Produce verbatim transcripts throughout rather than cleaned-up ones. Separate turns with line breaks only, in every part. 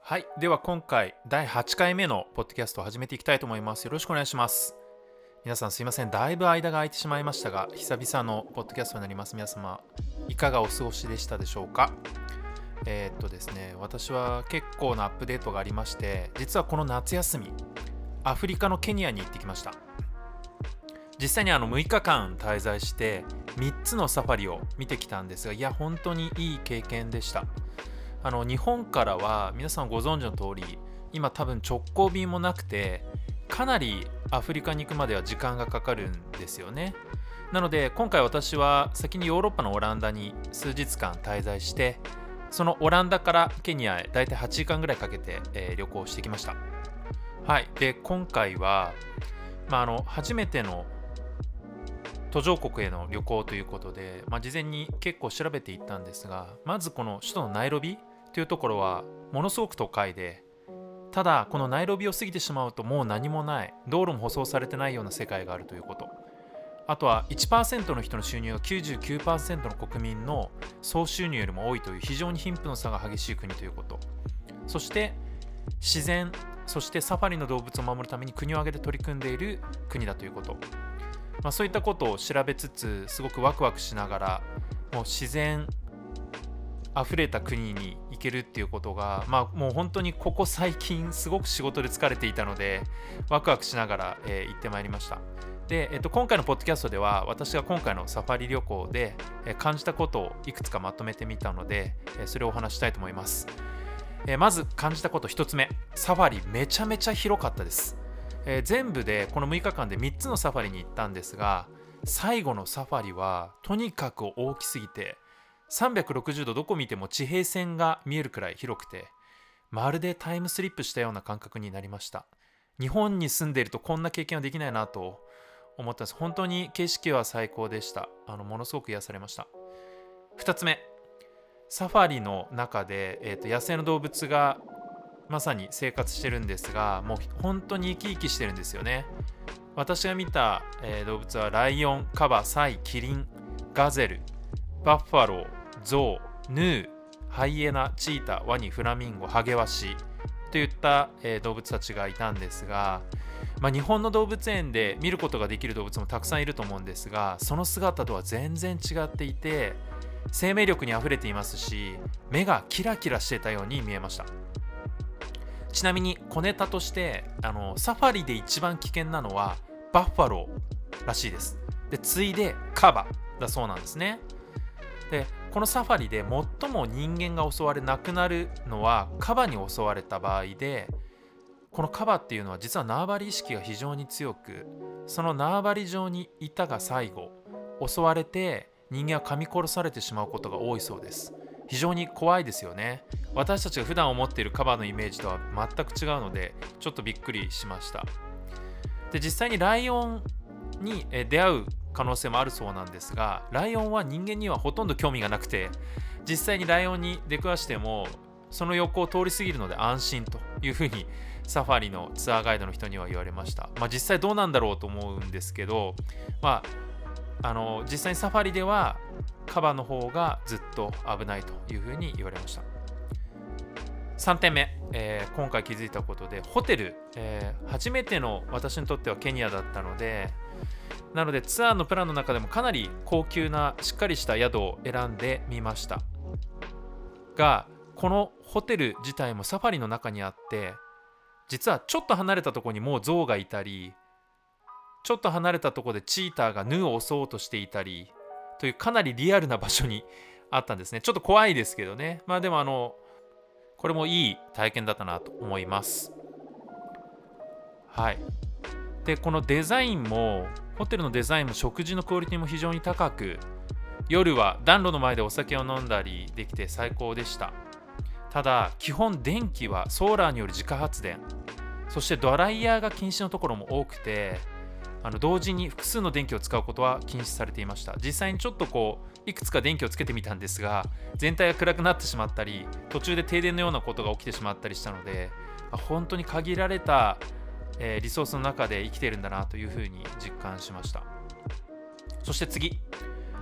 はい。では今回だいはちかいめのポッドキャストを始めていきたいと思います。よろしくお願いします。皆さんすいません。だいぶ間が空いてしまいましたが、久々のポッドキャストになります。皆様、いかがお過ごしでしたでしょうか。えー、っとですね、私は結構なアップデートがありまして、実はこの夏休み、アフリカのケニアに行ってきました。実際にあのむいかかん滞在してみっつのサファリを見てきたんですが、いや本当にいい経験でした。あの日本からは皆さんご存知の通り、今多分直行便もなくて、かなりアフリカに行くまでは時間がかかるんですよね。なので今回私は先にヨーロッパのオランダに数日間滞在して、そのオランダからケニアへだいたいはちじかんぐらいかけて、えー旅行してきました。はい。で今回は、まあ、あの初めての途上国への旅行ということで、まあ、事前に結構調べていったんですが、まずこの首都のナイロビというところはものすごく都会で、ただこのナイロビを過ぎてしまうともう何もない、道路も舗装されてないような世界があるということ、あとはいちパーセントの人の収入が きゅうじゅうきゅうパーセント の国民の総収入よりも多いという非常に貧富の差が激しい国ということ、そして自然、そしてサファリの動物を守るために国を挙げて取り組んでいる国だということ、まあ、そういったことを調べつつ、すごくワクワクしながら、もう自然あふれた国に行けるっていうことが、まあ、もう本当にここ最近すごく仕事で疲れていたので、ワクワクしながら、えー行ってまいりました。で、えっと、今回のポッドキャストでは、私が今回のサファリ旅行で、えー感じたことをいくつかまとめてみたので、えーそれをお話ししたいと思います。えーまず感じたことひとつめ、サファリめちゃめちゃ広かったです。えー全部でこのむいかかんでみっつのサファリに行ったんですが、最後のサファリはとにかく大きすぎて、さんびゃくろくじゅうどどこ見ても地平線が見えるくらい広くて、まるでタイムスリップしたような感覚になりました。日本に住んでいるとこんな経験はできないなと思ったんです。本当に景色は最高でした。あのものすごく癒されました。ふたつめ、サファリの中で、えーと野生の動物がまさに生活してるんですが、もう本当に生き生きしてるんですよね。私が見た、えー動物はライオン、カバ、サイ、キリン、ガゼル、バッファロー、ゾウ、ヌー、ハイエナ、チータ、ワニ、フラミンゴ、ハゲワシといった、えー動物たちがいたんですが、まあ、日本の動物園で見ることができる動物もたくさんいると思うんですが、その姿とは全然違っていて、生命力にあふれていますし、目がキラキラしてたように見えました。ちなみに小ネタとして、あのサファリで一番危険なのはバッファローらしいです。で、次いでカバだそうなんですね。で、このサファリで最も人間が襲われなくなるのはカバに襲われた場合で、このカバっていうのは実は縄張り意識が非常に強く、その縄張り上にいたが最後襲われて人間は噛み殺されてしまうことが多いそうです。非常に怖いですよね。私たちが普段思っているカバのイメージとは全く違うので、ちょっとびっくりしました。で、実際にライオンにえ出会う可能性もあるそうなんですが、ライオンは人間にはほとんど興味がなくて、実際にライオンに出くわしてもその横を通り過ぎるので安心というふうにサファリのツアーガイドの人には言われました。まあ、実際どうなんだろうと思うんですけど、まあ、あの実際にサファリではカバの方がずっと危ないというふうに言われました。さんてんめ、えー今回気づいたことで、ホテル、えー初めての私にとってはケニアだったので、なのでツアーのプランの中でもかなり高級なしっかりした宿を選んでみましたが、このホテル自体もサファリの中にあって、実はちょっと離れたところにもうゾウがいたり、ちょっと離れたところでチーターがヌーを襲おうとしていたりという、かなりリアルな場所にあったんですね。ちょっと怖いですけどね。まあでもあのこれもいい体験だったなと思います。はい。で、このデザインも、ホテルのデザインも食事のクオリティも非常に高く、夜は暖炉の前でお酒を飲んだりできて最高でした。ただ、基本電気はソーラーによる自家発電、そしてドライヤーが禁止のところも多くて、あの同時に複数の電気を使うことは禁止されていました。実際にちょっとこういくつか電気をつけてみたんですが、全体が暗くなってしまったり、途中で停電のようなことが起きてしまったりしたので、あ本当に限られた、えーリソースの中で生きているんだなというふうに実感しました。そして次、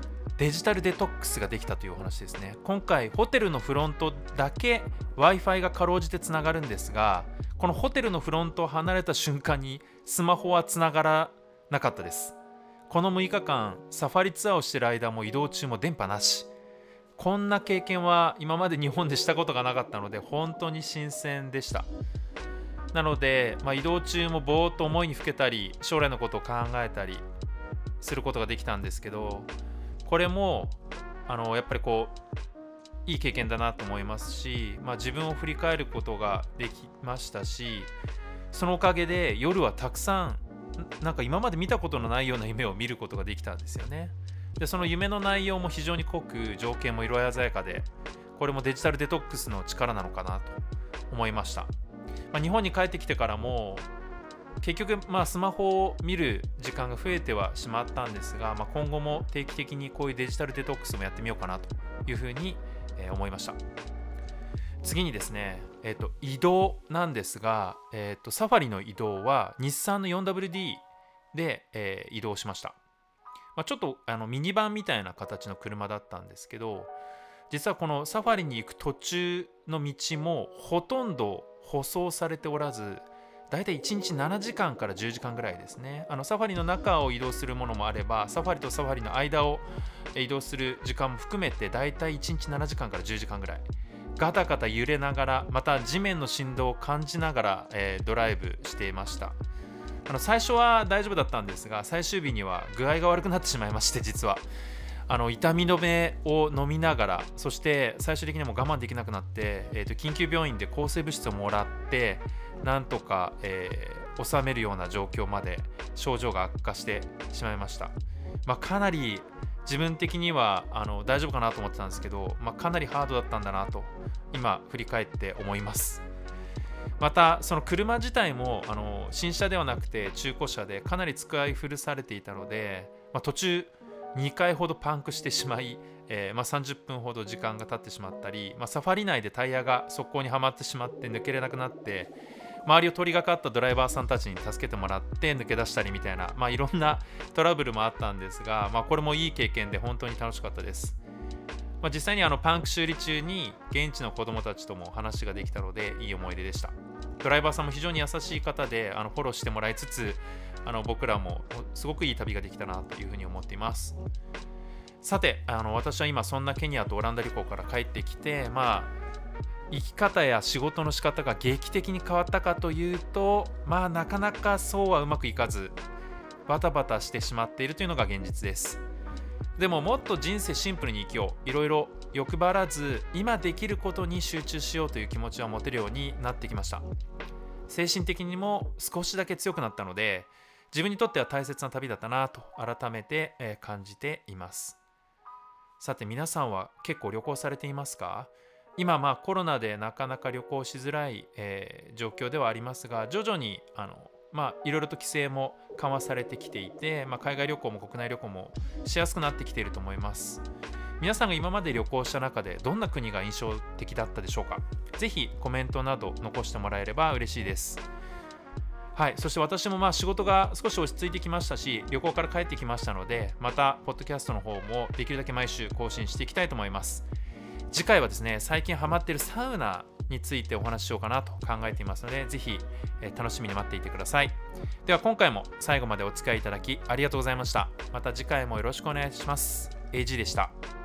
デジタルデトックスができたというお話ですね。今回ホテルのフロントだけ Wi-Fi がかろうじてつながるんですが、このホテルのフロントを離れた瞬間にスマホはつながらなかったです。このむいかかんサファリツアーをしている間も移動中も電波なし。こんな経験は今まで日本でしたことがなかったので本当に新鮮でした。なので、まあ、移動中もぼーっと思いにふけたり将来のことを考えたりすることができたんですけど、これもあのやっぱりこういい経験だなと思いますし、まあ、自分を振り返ることができましたし、そのおかげで夜はたくさんなんか今まで見たことのないような夢を見ることができたんですよね。でその夢の内容も非常に濃く条件も色鮮やかで、これもデジタルデトックスの力なのかなと思いました。まあ、日本に帰ってきてからも結局まあスマホを見る時間が増えてはしまったんですが、まあ、今後も定期的にこういうデジタルデトックスもやってみようかなというふうに思いました。次にですね、えー、と移動なんですが、えー、とサファリの移動は日産の フォーダブリューディー で、えー移動しました。まあ、ちょっとあのミニバンみたいな形の車だったんですけど、実はこのサファリに行く途中の道もほとんど舗装されておらず、だいたいいちにちななじかんからじゅうじかんぐらいですね。あのサファリの中を移動するものもあれば、サファリとサファリの間を移動する時間も含めてだいたいいちにちななじかんからじゅうじかんぐらいガタガタ揺れながら、また地面の振動を感じながら、えードライブしていました。あの最初は大丈夫だったんですが、最終日には具合が悪くなってしまいまして、実はあの痛み止めを飲みながら、そして最終的にも我慢できなくなって、えー、と緊急病院で抗生物質をもらってなんとか、えー、収めるような状況まで症状が悪化してしまいました。まあ、かなり自分的にはあの大丈夫かなと思ってたんですけど、まあ、かなりハードだったんだなと今振り返って思います。またその車自体もあの新車ではなくて中古車でかなり使い古されていたので、まあ、途中にかいほどパンクしてしまい、えーまあ、さんじゅっぷんほど時間が経ってしまったり、まあ、サファリ内でタイヤが側溝にはまってしまって抜けれなくなって、周りを通りがかったドライバーさんたちに助けてもらって抜け出したりみたいな、まあ、いろんなトラブルもあったんですが、まあ、これもいい経験で本当に楽しかったです。まあ、実際にあのパンク修理中に現地の子どもたちとも話ができたのでいい思い出でした。ドライバーさんも非常に優しい方で、あのフォローしてもらいつつ、あの僕らもすごくいい旅ができたなというふうに思っています。さて、あの私は今そんなケニアとオランダ旅行から帰ってきて、まあ生き方や仕事の仕方が劇的に変わったかというと、まあなかなかそうはうまくいかず、バタバタしてしまっているというのが現実です。でももっと人生シンプルに生きよう、いろいろ欲張らず今できることに集中しようという気持ちは持てるようになってきました。精神的にも少しだけ強くなったので、自分にとっては大切な旅だったなと改めて感じています。さて皆さんは結構旅行されていますか？今まあコロナでなかなか旅行しづらい、えー、状況ではありますが、徐々にあのまあいろいろと規制も緩和されてきていて、まあ、海外旅行も国内旅行もしやすくなってきていると思います。皆さんが今まで旅行した中でどんな国が印象的だったでしょうか？ぜひコメントなど残してもらえれば嬉しいです。はい、そして私もまあ仕事が少し落ち着いてきましたし、旅行から帰ってきましたので、またポッドキャストの方もできるだけ毎週更新していきたいと思います。次回はですね、最近ハマっているサウナについてお話ししようかなと考えていますので、ぜひ、えー、楽しみに待っていてください。では今回も最後までお付き合いいただきありがとうございました。また次回もよろしくお願いします。エージー でした。